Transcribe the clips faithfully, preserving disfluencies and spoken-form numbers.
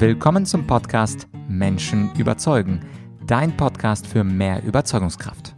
Willkommen zum Podcast Menschen überzeugen, dein Podcast für mehr Überzeugungskraft.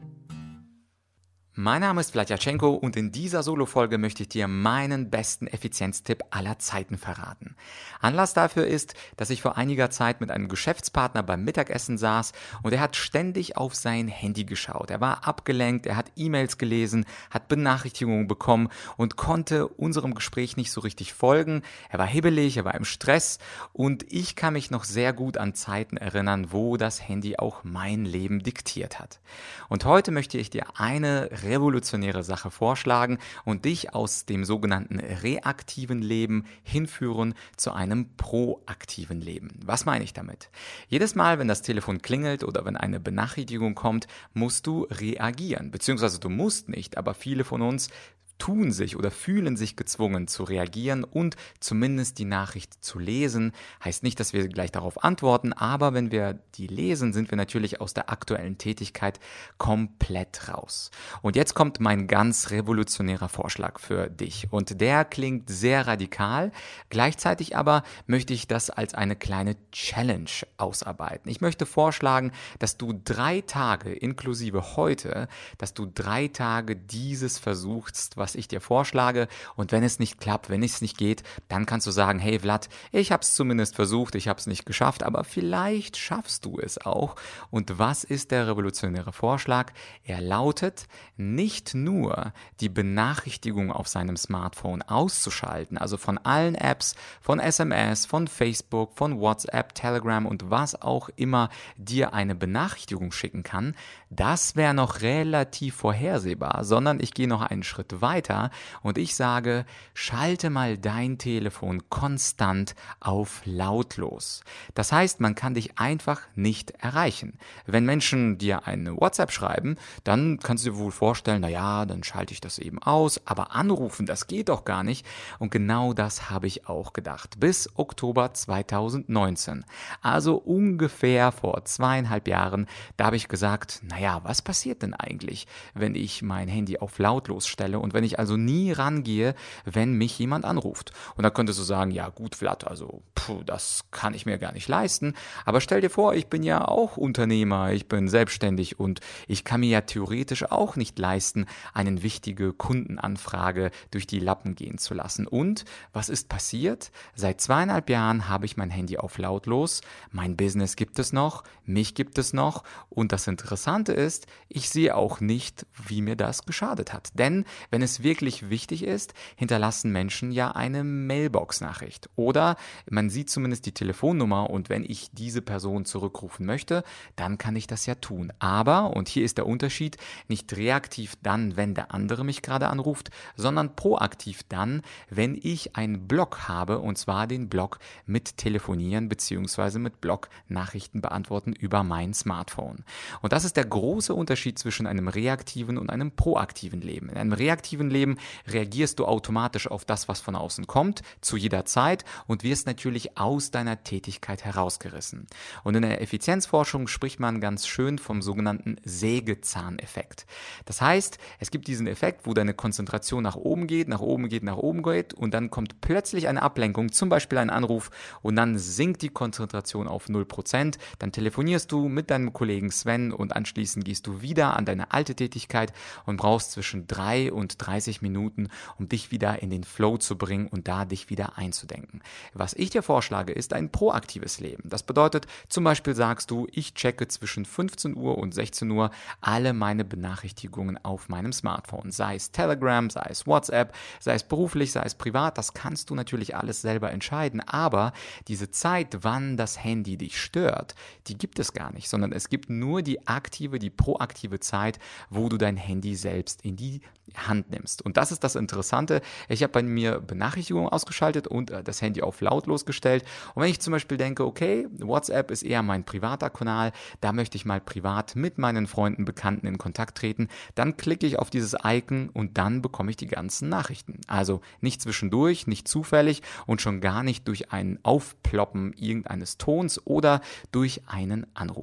Mein Name ist Vladyachenko und in dieser Solo-Folge möchte ich dir meinen besten Effizienztipp aller Zeiten verraten. Anlass dafür ist, dass ich vor einiger Zeit mit einem Geschäftspartner beim Mittagessen saß und er hat ständig auf sein Handy geschaut. Er war abgelenkt, er hat E-Mails gelesen, hat Benachrichtigungen bekommen und konnte unserem Gespräch nicht so richtig folgen. Er war hibbelig, er war im Stress und ich kann mich noch sehr gut an Zeiten erinnern, wo das Handy auch mein Leben diktiert hat. Und heute möchte ich dir eine revolutionäre Sache vorschlagen und dich aus dem sogenannten reaktiven Leben hinführen zu einem proaktiven Leben. Was meine ich damit? Jedes Mal, wenn das Telefon klingelt oder wenn eine Benachrichtigung kommt, musst du reagieren. Beziehungsweise du musst nicht, aber viele von uns tun sich oder fühlen sich gezwungen zu reagieren und zumindest die Nachricht zu lesen. Heißt nicht, dass wir gleich darauf antworten, aber wenn wir die lesen, sind wir natürlich aus der aktuellen Tätigkeit komplett raus. Und jetzt kommt mein ganz revolutionärer Vorschlag für dich und der klingt sehr radikal, gleichzeitig aber möchte ich das als eine kleine Challenge ausarbeiten. Ich möchte vorschlagen, dass du drei Tage inklusive heute, dass du drei Tage dieses versuchst, was ich dir vorschlage und wenn es nicht klappt, wenn es nicht geht, dann kannst du sagen, hey Vlad, ich habe es zumindest versucht, ich habe es nicht geschafft, aber vielleicht schaffst du es auch. Und was ist der revolutionäre Vorschlag? Er lautet, nicht nur die Benachrichtigung auf seinem Smartphone auszuschalten, also von allen Apps, von S M S, von Facebook, von WhatsApp, Telegram und was auch immer dir eine Benachrichtigung schicken kann, das wäre noch relativ vorhersehbar, sondern ich gehe noch einen Schritt weiter. Weiter und ich sage, schalte mal dein Telefon konstant auf lautlos. Das heißt, man kann dich einfach nicht erreichen. Wenn Menschen dir eine WhatsApp schreiben, dann kannst du dir wohl vorstellen, naja, dann schalte ich das eben aus, aber anrufen, das geht doch gar nicht. Und genau das habe ich auch gedacht. Bis Oktober zweitausendneunzehn, also ungefähr vor zweieinhalb Jahren, da habe ich gesagt, naja, was passiert denn eigentlich, wenn ich mein Handy auf lautlos stelle und wenn ich also nie rangehe, wenn mich jemand anruft. Und da könntest du sagen, ja gut, Vlad, also puh, das kann ich mir gar nicht leisten. Aber stell dir vor, ich bin ja auch Unternehmer, ich bin selbstständig und ich kann mir ja theoretisch auch nicht leisten, eine wichtige Kundenanfrage durch die Lappen gehen zu lassen. Und was ist passiert? Seit zweieinhalb Jahren habe ich mein Handy auf lautlos, mein Business gibt es noch, mich gibt es noch und das Interessante ist, ich sehe auch nicht, wie mir das geschadet hat. Denn wenn es wirklich wichtig ist, hinterlassen Menschen ja eine Mailbox-Nachricht. Oder man sieht zumindest die Telefonnummer und wenn ich diese Person zurückrufen möchte, dann kann ich das ja tun. Aber, und hier ist der Unterschied, nicht reaktiv dann, wenn der andere mich gerade anruft, sondern proaktiv dann, wenn ich einen Block habe, und zwar den Block mit Telefonieren bzw. mit Block-Nachrichten beantworten über mein Smartphone. Und das ist der große Unterschied zwischen einem reaktiven und einem proaktiven Leben. In einem reaktiven Leben reagierst du automatisch auf das, was von außen kommt, zu jeder Zeit und wirst natürlich aus deiner Tätigkeit herausgerissen. Und in der Effizienzforschung spricht man ganz schön vom sogenannten Sägezahneffekt. Das heißt, es gibt diesen Effekt, wo deine Konzentration nach oben geht, nach oben geht, nach oben geht und dann kommt plötzlich eine Ablenkung, zum Beispiel ein Anruf und dann sinkt die Konzentration auf null Prozent. Dann telefonierst du mit deinem Kollegen Sven und anschließend gehst du wieder an deine alte Tätigkeit und brauchst zwischen drei und dreißig Minuten, um dich wieder in den Flow zu bringen und da dich wieder einzudenken. Was ich dir vorschlage, ist ein proaktives Leben. Das bedeutet, zum Beispiel sagst du, ich checke zwischen fünfzehn Uhr und sechzehn Uhr alle meine Benachrichtigungen auf meinem Smartphone. Sei es Telegram, sei es WhatsApp, sei es beruflich, sei es privat. Das kannst du natürlich alles selber entscheiden, aber diese Zeit, wann das Handy dich stört, die gibt es gar nicht, sondern es gibt nur die aktive, die proaktive Zeit, wo du dein Handy selbst in die Hand nimmst. Und das ist das Interessante. Ich habe bei mir Benachrichtigungen ausgeschaltet und äh, das Handy auf lautlos gestellt. Und wenn ich zum Beispiel denke, okay, WhatsApp ist eher mein privater Kanal, da möchte ich mal privat mit meinen Freunden, Bekannten in Kontakt treten, dann klicke ich auf dieses Icon und dann bekomme ich die ganzen Nachrichten. Also nicht zwischendurch, nicht zufällig und schon gar nicht durch ein Aufploppen irgendeines Tons oder durch einen Anruf.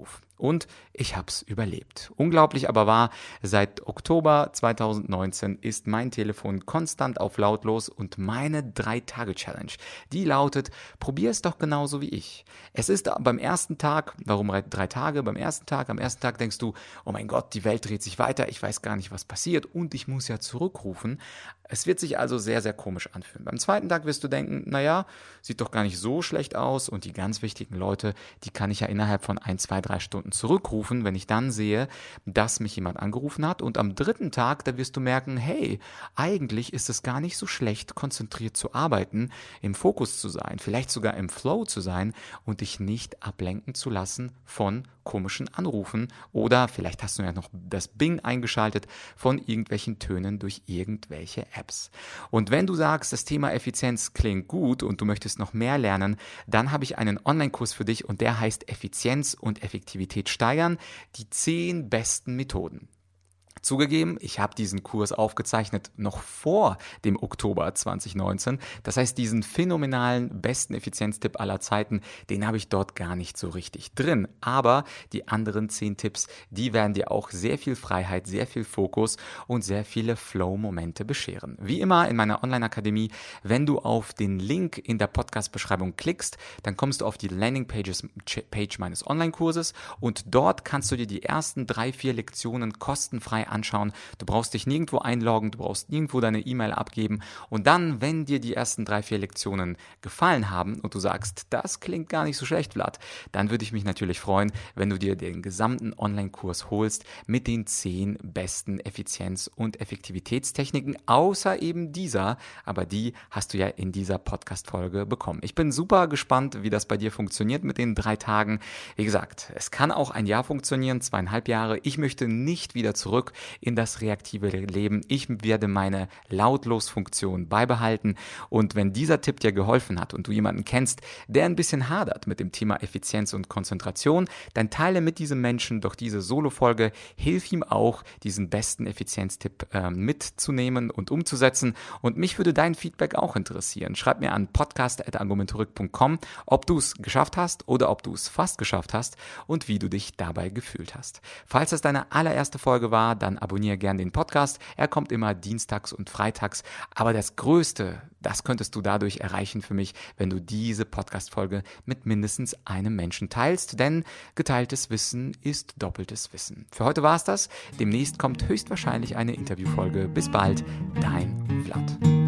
Und ich habe es überlebt. Unglaublich aber wahr, seit Oktober zweitausendneunzehn ist mein Telefon konstant auf lautlos und meine drei-Tage-Challenge, die lautet, probier es doch genauso wie ich. Es ist beim ersten Tag, warum drei Tage? Beim ersten Tag, am ersten Tag denkst du, oh mein Gott, die Welt dreht sich weiter, ich weiß gar nicht, was passiert und ich muss ja zurückrufen. Es wird sich also sehr, sehr komisch anfühlen. Beim zweiten Tag wirst du denken, naja, sieht doch gar nicht so schlecht aus und die ganz wichtigen Leute, die kann ich ja innerhalb von ein, zwei, drei Stunden zurückrufen, wenn ich dann sehe, dass mich jemand angerufen hat. Und am dritten Tag, da wirst du merken, hey, eigentlich ist es gar nicht so schlecht, konzentriert zu arbeiten, im Fokus zu sein, vielleicht sogar im Flow zu sein und dich nicht ablenken zu lassen von komischen Anrufen oder vielleicht hast du ja noch das Bing eingeschaltet von irgendwelchen Tönen durch irgendwelche Apps. Und wenn du sagst, das Thema Effizienz klingt gut und du möchtest noch mehr lernen, dann habe ich einen Online-Kurs für dich und der heißt Effizienz und Effektivität steigern, die zehn besten Methoden. Zugegeben, ich habe diesen Kurs aufgezeichnet noch vor dem Oktober zweitausendneunzehn. Das heißt, diesen phänomenalen besten Effizienztipp aller Zeiten, den habe ich dort gar nicht so richtig drin. Aber die anderen zehn Tipps, die werden dir auch sehr viel Freiheit, sehr viel Fokus und sehr viele Flow-Momente bescheren. Wie immer in meiner Online-Akademie, wenn du auf den Link in der Podcast-Beschreibung klickst, dann kommst du auf die Landing-Page meines Online-Kurses und dort kannst du dir die ersten drei, vier Lektionen kostenfrei anschauen. Du brauchst dich nirgendwo einloggen, du brauchst nirgendwo deine E-Mail abgeben und dann, wenn dir die ersten drei, vier Lektionen gefallen haben und du sagst, das klingt gar nicht so schlecht, Vlad, dann würde ich mich natürlich freuen, wenn du dir den gesamten Online-Kurs holst mit den zehn besten Effizienz- und Effektivitätstechniken, außer eben dieser, aber die hast du ja in dieser Podcast-Folge bekommen. Ich bin super gespannt, wie das bei dir funktioniert mit den drei Tagen. Wie gesagt, es kann auch ein Jahr funktionieren, zweieinhalb Jahre. Ich möchte nicht wieder zurück in das reaktive Leben. Ich werde meine Lautlos-Funktion beibehalten und wenn dieser Tipp dir geholfen hat und du jemanden kennst, der ein bisschen hadert mit dem Thema Effizienz und Konzentration, dann teile mit diesem Menschen doch diese Solo-Folge, hilf ihm auch, diesen besten Effizienztipp äh, mitzunehmen und umzusetzen und mich würde dein Feedback auch interessieren. Schreib mir an podcast at argumentorik punkt com, ob du es geschafft hast oder ob du es fast geschafft hast und wie du dich dabei gefühlt hast. Falls das deine allererste Folge war, dann abonniere gern den Podcast. Er kommt immer dienstags und freitags. Aber das Größte, das könntest du dadurch erreichen für mich, wenn du diese Podcast-Folge mit mindestens einem Menschen teilst. Denn geteiltes Wissen ist doppeltes Wissen. Für heute war es das. Demnächst kommt höchstwahrscheinlich eine Interviewfolge. Bis bald, dein Vlad.